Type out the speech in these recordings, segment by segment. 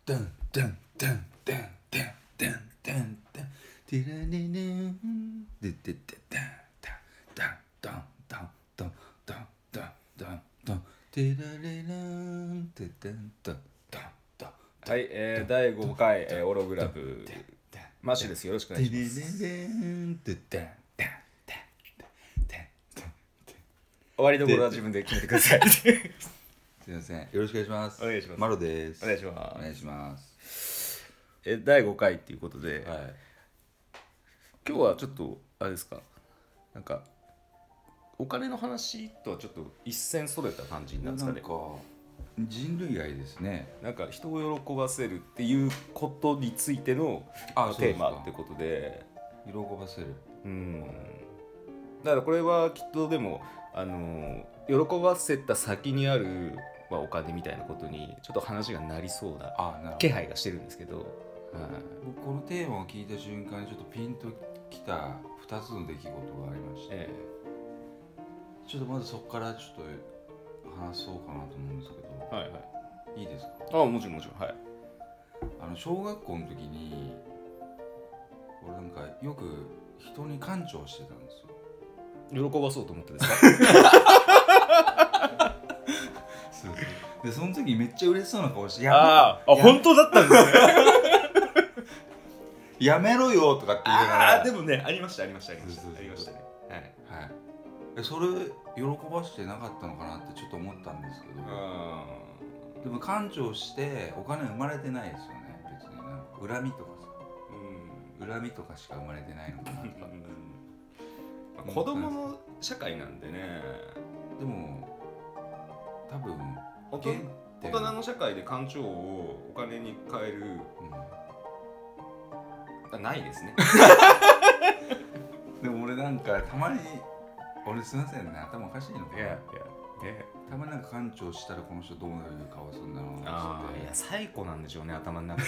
ダンダンダンダンダンダンダンダンティラネネンデデデダンダンダンダンダンダンダンダンダンティラレランデダンダンダンダン。 はい、第5回、オログラブマッシュです。よろしくお願いします。終わりどころは自分で決めてください。 すみません、よろしくお願いします。 お願いします。 マロです。 お願いします。 お願いします。 第5回っていうことで、 はい、 今日はちょっとあれですか、なんかお金の話とはちょっと一線それた感じになるんですかね。 なんか人類愛ですね。 なんか人を喜ばせるっていうことについてのテーマってことで、 喜ばせる。 だからこれはきっとでも喜ばせた先にある、お金みたいなことにちょっと話がなりそうな気配がしてるんですけど、 僕このテーマを聞いた瞬間にちょっとピンときた2つの出来事がありまして、ちょっとまずそこからちょっと話そうかなと思うんですけど、いいですか？ もちろんもちろん。はい。 小学校の時に俺なんかよく人に館長してたんですよ。 喜ばそうと思ってですか？ そうでその時めっちゃ嬉しそうな顔して本当だったんですね。 やめろよとかって言いながら。 でもね、ありましたね。はい。 それ喜ばしてなかったのかなってちょっと思ったんですけど、でも館長してお金生まれてないですよね。別に恨みとかさ、恨みとかしか生まれてないのかなとか。 子供の社会なんでね。でも多分大人の社会で館長をお金に変える、ないですね。 でも俺なんかたまに俺すいませんね、頭おかしいのかな。たまになんか館長したらこの人どういう顔するんだろうなって。 いや最高なんでしょうね、頭の中が。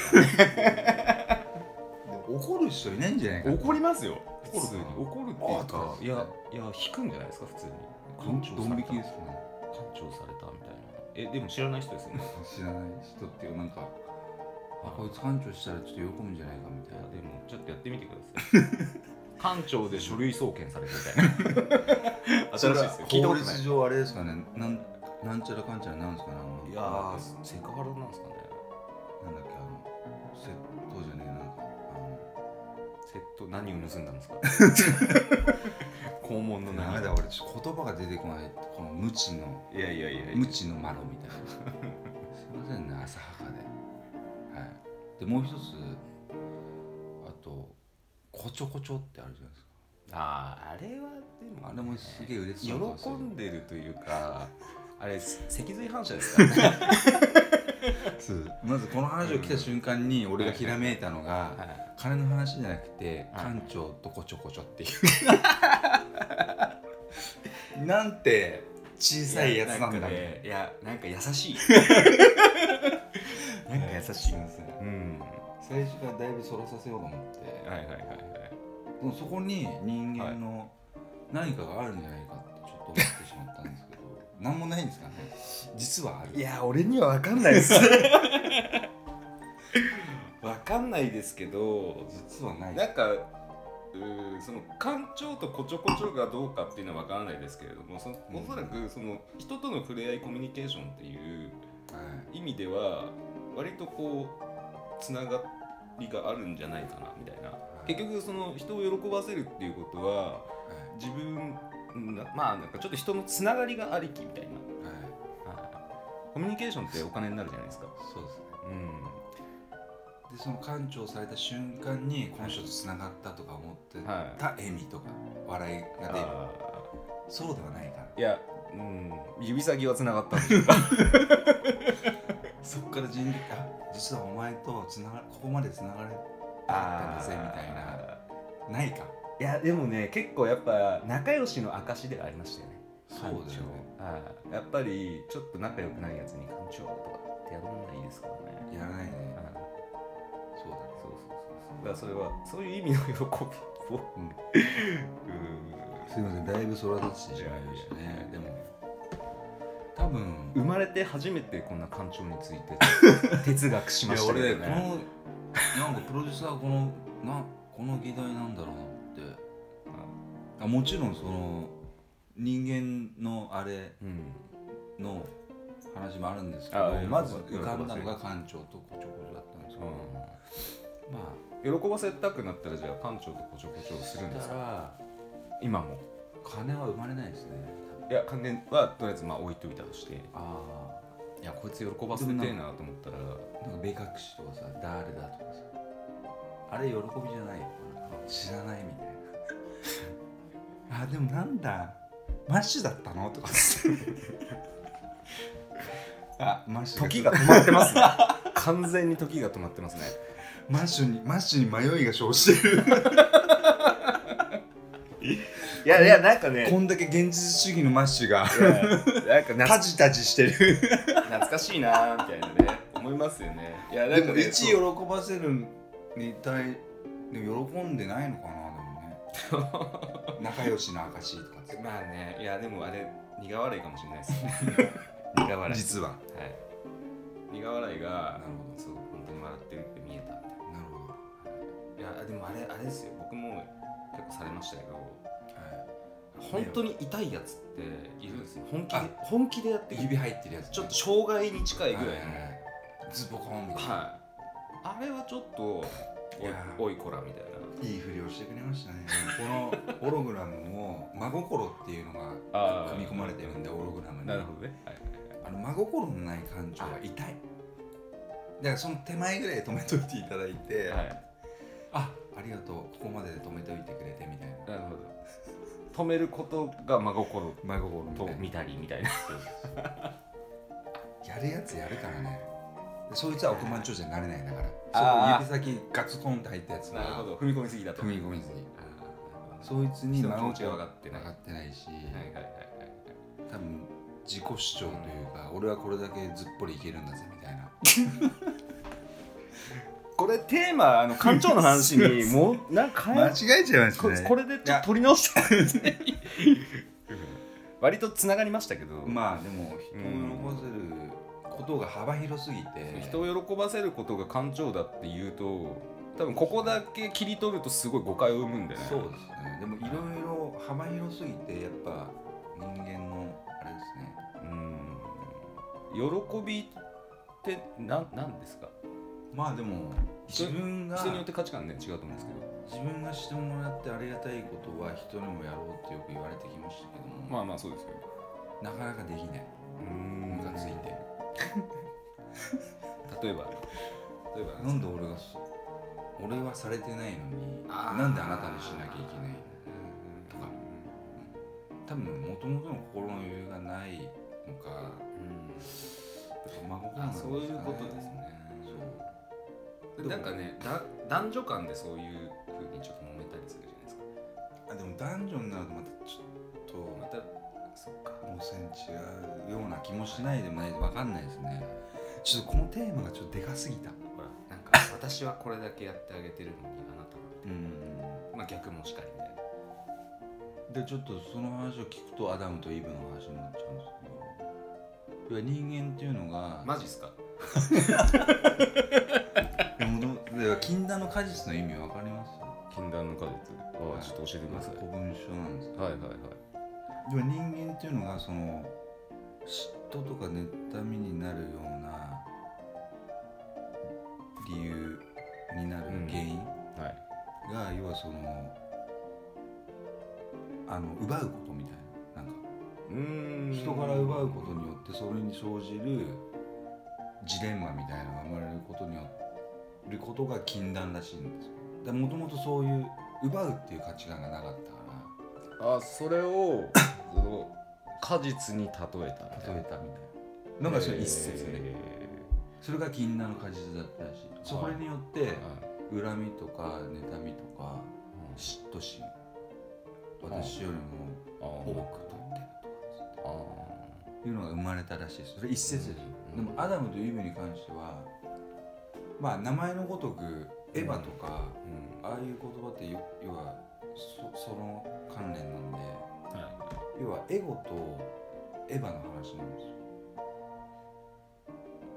怒る人いないんじゃないかな。 怒りますよ。 怒るっていうか、いや引くんじゃないですか普通に。 ドン引きですかね。 館長されたみたいな。でも知らない人ですよね。 知らない人っていうなんかこいつ館長したらちょっと喜ぶんじゃないかみたいな。 でもちょっとやってみてください。館長で書類送検されてみたいな。新しいですよ。 法律上あれですかね。なんちゃらかんちゃらなんですかね。 いやセクハラなんですかね。 なんだっけ窃盗じゃねえな。 窃盗、何を盗んだんですか？肛門の何だ俺ちょっと言葉が出てこない。この無知の無知のマロみたいな。すいませんね、浅はかで。はい。でもう一つあとこちょこちょってあるじゃないですか。 あれはでも、 あれもすげえ嬉しそう。 喜んでるというか、あれ脊髄反射ですからね。 まずこの話を来た瞬間に俺がひらめいたのが、金の話じゃなくて館長とこちょこちょっていう。なんて小さいやつなんだ。 いやなんか優しい。なんか優しい。 すみません。最初からだいぶそらさせようと思って。でもそこに人間の何かがあるんじゃないかってちょっと思ってしまったんですけど、なんもないんですかね。実はある。 いや俺には分かんないです。分かんないですけど、 実はない。 なんかその館長とこちょこちょがどうかっていうのは分からないですけれども、おそらくその人との触れ合いコミュニケーションっていう意味では割とこうつながりがあるんじゃないかなみたいな。結局その人を喜ばせるっていうことは、自分なんかちょっと人のつながりがありきみたいな、コミュニケーションってお金になるじゃないですか。 そうですね。でその館長された瞬間にこの人とつながったとか思ってた笑みとか笑いが出る。そうではないか。 いや、指先はつながったんでしょうか。 そっから実はお前とここまでつながれたんだぜみたいな。ないか。 いやでもね、結構やっぱ仲良しの証ではありましたよね。 そうだよね。 やっぱりちょっと仲良くないやつに館長とかってやらないですからね。 やらないね。そうだね。 だからそれはそういう意味の喜びを。 すいません、だいぶ空立ちしてしまいましたね。でも多分分生まれて初めてこんな感情について哲学しましたけどね。 いや俺このなんかプロデューサーこの議題なんだろうなってもちろんその人間のあれの話もあるんですけど、まず浮かんだのが館長とこちょこちょだったんですけど、まあ喜ばせたくなったらじゃあ館長とこちょこちょするんですか？今も金は生まれないですね。 いや金はとりあえずまあ置いといたとして、いやこいつ喜ばせてえなと思ったらなんか目隠しとかさ誰だとかさあれ喜びじゃないよ、知らないみたいなでもなんだマッシュだったのとかマッシュ時が止まってますね完全に時が止まってますね。 マッシュに迷いが生じてるいやなんかねこんだけ現実主義のマッシュがなんかタジタジしてる懐かしいなみたいなね思いますよね。いやなんか、ね、 でも喜ばせるに対でも喜んでないのかなでもね仲良しの証とかまあねいやでもあれ苦笑いかもしれないですね苦笑い実は苦笑いがなるほどそう本当に笑ってるって見えたみたいな。 なるほど。 いやでもあれですよ僕も結構されましたけど、本当に痛いやつっているんですよ。本気でやって指入ってるやつ、 ちょっと障害に近いぐらいのズボコンみたいな、 あれはちょっとおいこらみたいないいふりをしてくれましたねこのホログラムも真心っていうのが組み込まれてるんでホログラムに。 なるほどね、 真心のない感情は痛い。だからその手前ぐらいで止めといていただいて、ありがとうここまでで止めておいてくれてみたいな。 なるほど。止めることが真心と見たりみたいなやるやつやるからね。そいつは億万長者になれないんだから。指先ガツコンって入ったやつはなるほど踏み込みすぎだと。 踏み込みすぎ。そいつに気持ちが分かってないし、多分自己主張というか、俺はこれだけずっぽりいけるんだぜみたいなこれテーマ館長の話にもうなんか間違えちゃいましたね。 これでちょっと取り直した割とつながりましたけど、 まあでも人を喜ばせることが幅広すぎて、 人を喜ばせることが館長だっていうと多分ここだけ切り取るとすごい誤解を生むんでね。 そうですね。でもいろいろ幅広すぎてやっぱ人間のあれですね。 喜びって何ですか？ まあでも自分が人によって価値観ね違うと思うんですけど、 自分がしてもらってありがたいことは人にもやろうってよく言われてきましたけども、 まあそうですよね。 なかなかできない。ムカついて例えばなんで俺はされてないのになんであなたにしなきゃいけないとか、多分元々の心の余裕がないのか、 そういうことですね。なんかね男女間でそういう風にちょっと揉めたりするじゃないですか。 でも男女になるとまたちょっとそっか路線違うような気もしないでもないで分かんないですね。ちょっとこのテーマがちょっとでかすぎた。 ほらなんか私はこれだけやってあげてるのにあなたはまあ逆もしかりみたいな。 でちょっとその話を聞くとアダムとイブの話になっちゃうんですけど、人間っていうのがマジっすか？ で禁断の果実の意味わかります？ 禁断の果実、ちょっと教えてください。 古文書なんですけど、でも人間っていうのがその嫉妬とか妬みになるような理由になる原因が、要はその奪うことみたいな、なんか人から奪うことによってそれに生じるジレンマみたいなのが生まれることによることが禁断らしいんですよ。もともとそういう奪うっていう価値観がなかったから、 それをその果実に例えたみたいなのがそれ一説で、それが禁断の果実だったらしい。それによって恨みとか妬みとか嫉妬心、私よりも多く取ってるとかいうのが生まれたらしいです。それ一説です。でもアダムとイブに関しては、まあ名前のごとくエヴァとか、ああいう言葉って要はその関連なんで、要はエゴとエヴァの話なんですよ。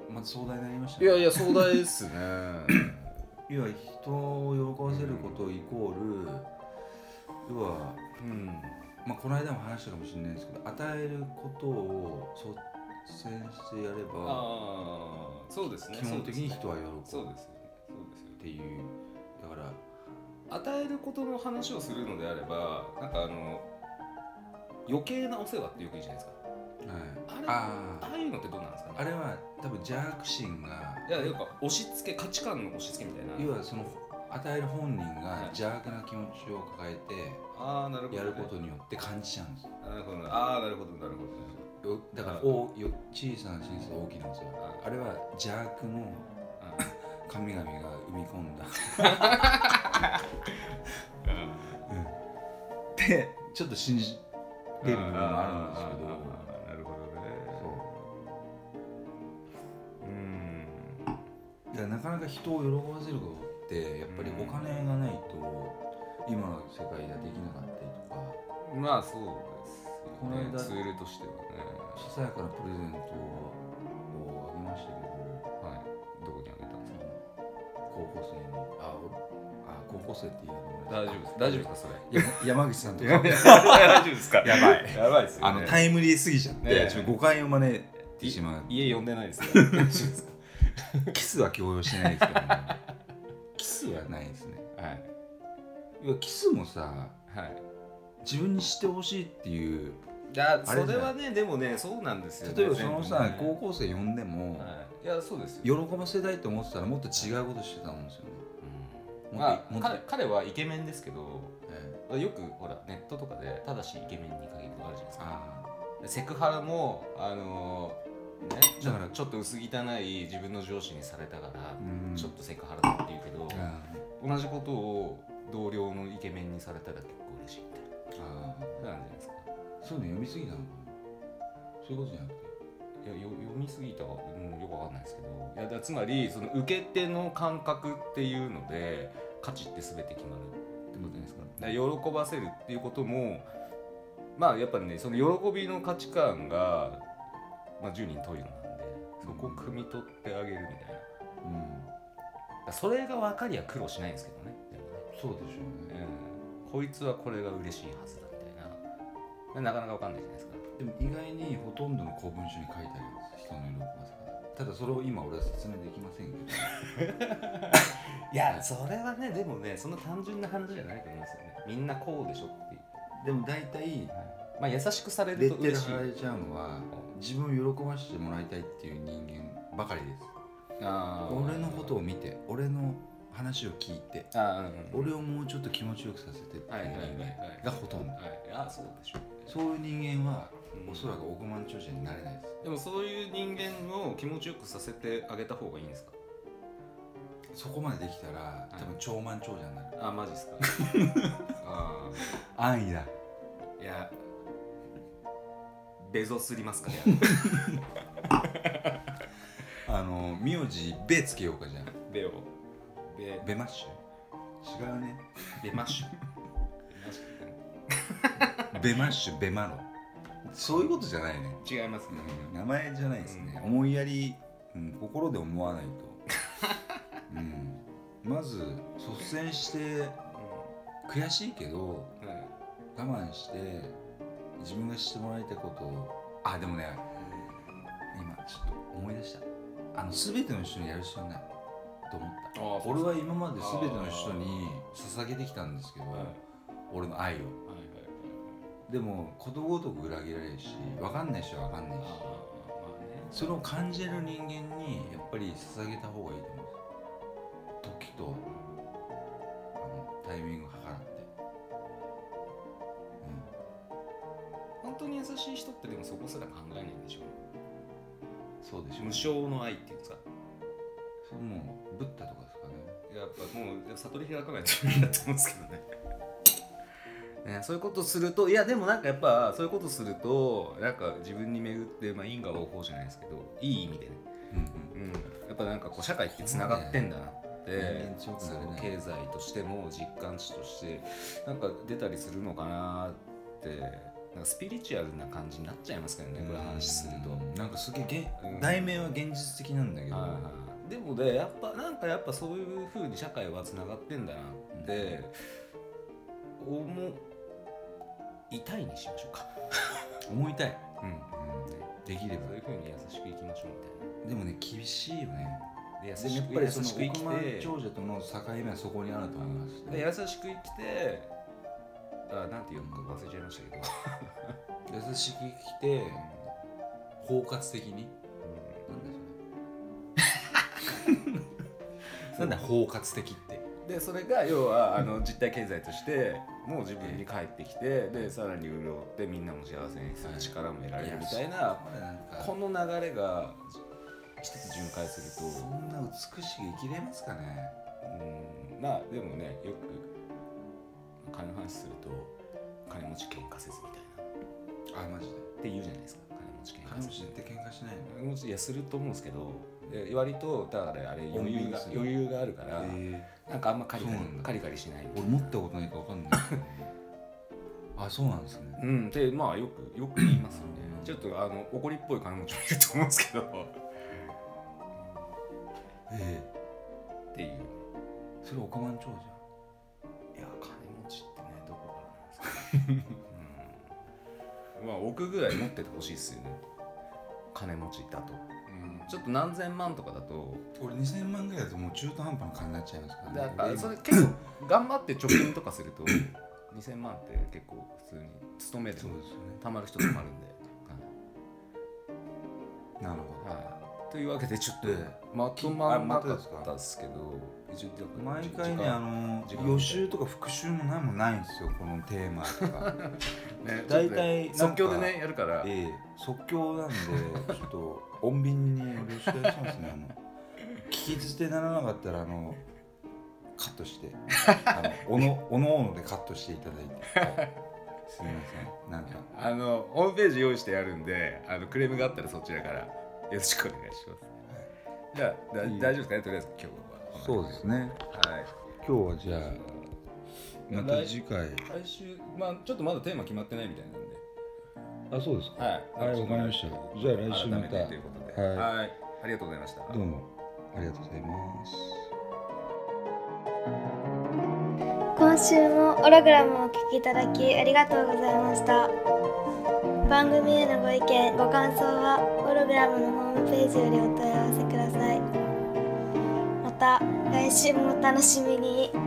まず壮大になりましたね。 いやいや壮大ですね要は人を喜ばせることイコール、要は、まあこの間も話したかもしれないですけど、与えることを率先してやれば、 そうですね、 基本的に人は喜ぶ。 そうですよね、 っていう。だから与えることの話をするのであれば、なんか余計なお世話ってよく言うじゃないですか。ああいうのってどうなんですかね。 あれは多分邪悪心が、 いや、なんか押し付け、価値観の押し付けみたいな。 要はその与える本人が邪悪な気持ちを抱えてやることによって感じちゃうんです。 なるほど。なるほど。 だから小さな真実大きなお世話、あれは邪悪の神々が生み込んだでちょっと信じてる部分もあるんですけど。 なるほどね。 だからなかなか人を喜ばせることってやっぱりお金がないと今の世界ではできなかったりとか。 まあそうですよね。 この間ツールとしてはね、 ささやかなプレゼントをあげましたけど、 はい、どこにあげたんですか。 高校生に。高校生っていうのも大丈夫ですかそれ。 山口さんとか大丈夫ですか。 やばいやばいですよね。 タイムリーすぎちゃってちょっと誤解を招いてしまう。 家呼んでないですよ。 キスは強要してないですけどね。キスはないですね。 はい。 要はキスもさ、 はい、 自分にしてほしいっていう。 いやそれはね、でもね、そうなんですよね。 例えばそのさ、高校生呼んでも、 いやそうですよ。 喜ばせたいと思ってたらもっと違うことしてたと思うんですよね。 彼はイケメンですけど、よくほらネットとかでただしイケメンに限るとかあるじゃないですか。セクハラもね、だからちょっと薄汚い自分の上司にされたから、ちょっとセクハラだって言うけど、同じことを同僚のイケメンにされたら結構嬉しいみたいな。そうなんじゃないですか。 そういうの読みすぎたのかな。そういうことじゃなくて。 いや読みすぎたか、よくわかんないですけど、いやつまりその受け手の感覚っていうので価値って全て決まるってことじゃないですか。だから喜ばせるっていうことも、まあやっぱりね、その喜びの価値観が、まあ、10人十色なんで、そこを汲み取ってあげるみたいな。それが分かりゃ苦労しないんですけどね。でもね、 そうでしょうね。 こいつはこれが嬉しいはずだみたいな。なかなか分かんないじゃないですか。 でも意外にほとんどの公文書に書いてあります、人の喜ばせ方。ただそれを今俺は説明できませんけどいや、それはね、でもね、そんな単純な話じゃないと思いますよね。みんなこうでしょっていう。 でも大体、 まあ優しくされると嬉しい。 レッテル貼られちゃうのは自分を喜ばしてもらいたいっていう人間ばかりです。俺のことを見て、俺の話を聞いて、俺をもうちょっと気持ちよくさせてっていう人間がほとんど。 そうでしょ。 そういう人間はおそらく億万長者になれないです。 でもそういう人間を気持ちよくさせてあげた方がいいんですか。 そこまでできたら多分超万長者になる。 マジですか。 安易だ。 いや、ベゾすりますかね。 名字ベつけようかじゃん。 ベをベマッシュ。違うね。 ベマッシュ。 ベマッシュ、ベマロ。そういうことじゃないね。 違いますね。 名前じゃないですね。思いやり、心で思わないと。まず率先して悔しいけど我慢して自分がしてもらいたいことを。でもね、今ちょっと思い出した。全ての人にやる必要ないと思った。俺は今まで全ての人に捧げてきたんですけど、俺の愛を。でもことごとく裏切られるし、分かんない人は分かんないし、それを感じる人間にやっぱり捧げた方がいいと思うんです。時とタイミングを計らって。 本当に優しい人ってでもそこすら考えないんでしょう。 そうでしょう。 無償の愛っていうんですか。 それもうブッダとかですかね。 やっぱもう悟り開かないと無理だと思うんですけどね。そういうことすると、いやでもなんかやっぱそういうことするとなんか自分に巡って、因果応報じゃないですけど、いい意味でね、やっぱなんかこう社会ってつながってんだなって、経済としても実感値としてなんか出たりするのかなってなんかスピリチュアルな感じになっちゃいますからね、これ話すると。 なんかすげえ、題名は現実的なんだけど、 でもね、やっぱそういう風に社会はつながってんだなって思いたいにしましょうか。 思いたい、できればそういう風に優しくいきましょうみたいな。 でもね、厳しいよね。 でやっぱりその億万長者との境目はそこにあると思います、 で優しく生きて、なんていうのか忘れちゃいましたけど優しく生きて包括的に、なんだ包括的って。 でそれが要は実体経済としてもう自分に返ってきて、でさらに潤ってみんなも幸せにする力も得られるみたいな、この流れが一つ巡回すると、 そんな美しく生きれますかね。 まあでもね、よく金の話すると金持ち喧嘩せずみたいな、 マジでって言うじゃないですか。金持ち喧嘩せず。 金持ちって喧嘩しないの？ 金持ちいやすると思うんですけど、割とだからあれ余裕があるから、なんかあんまカリカリしない。 俺持ったことないか分かんない。そうなんですね。 でまあよく言いますよね。ちょっと怒りっぽい金持ちもいると思うんですけど。っていう。 それ億万長者？ いや金持ちってね、どこからなんですか。まあ億ぐらい持っててほしいですよね。金持ちだと。ちょっと何千万とかだと、 俺2000万ぐらいだともう中途半端な金になっちゃいますからね。 だからそれ結構頑張って貯金とかすると2000万って結構普通に勤めてもたまる人ともあるんで、 なるほど。 というわけでちょっとまとまんなかったですけど、 毎回ね予習とか復習も何もないんですよ、このテーマとか。大体即興でねやるから、 即興なんでちょっと穏便によろしくお願いしますね。聞き捨てならなかったらカットしておのおのでカットしていただいて、すみません。なんかホームページ用意してやるんで、クレームがあったらそちらからよろしくお願いします。じゃあ大丈夫ですかね、とりあえず今日は。 そうですね。今日はじゃあまた次回。 来週ちょっとまだテーマ決まってないみたいなんで。 そうですか。はい、わかりました。じゃあ来週また。 ということで、ありがとうございました。 どうもありがとうございます。 今週もオログラムをお聞きいただきありがとうございました。番組へのご意見ご感想はオログラムのホームページよりお問い合わせください。また来週もお楽しみに。